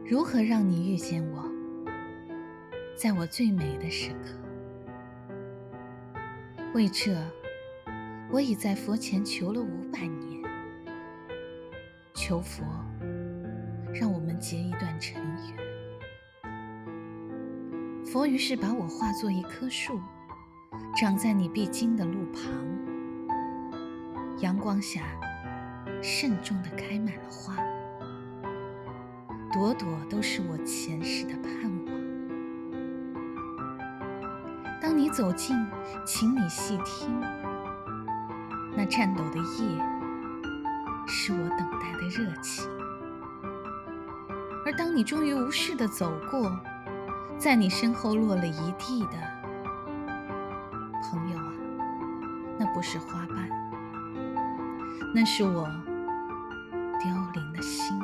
如何让你遇见我，在我最美的时刻？为这，我已在佛前求了500年，求佛让我们结一段尘缘。佛于是把我化作一棵树，长在你必经的路旁，阳光下慎重地开满了花，朵朵都是我前世的盼望。当你走近，请你细听，那颤抖的叶是我等待的热情。而当你终于无视地走过，在你身后落了一地的，朋友啊，那不是花瓣，那是我凋零的心。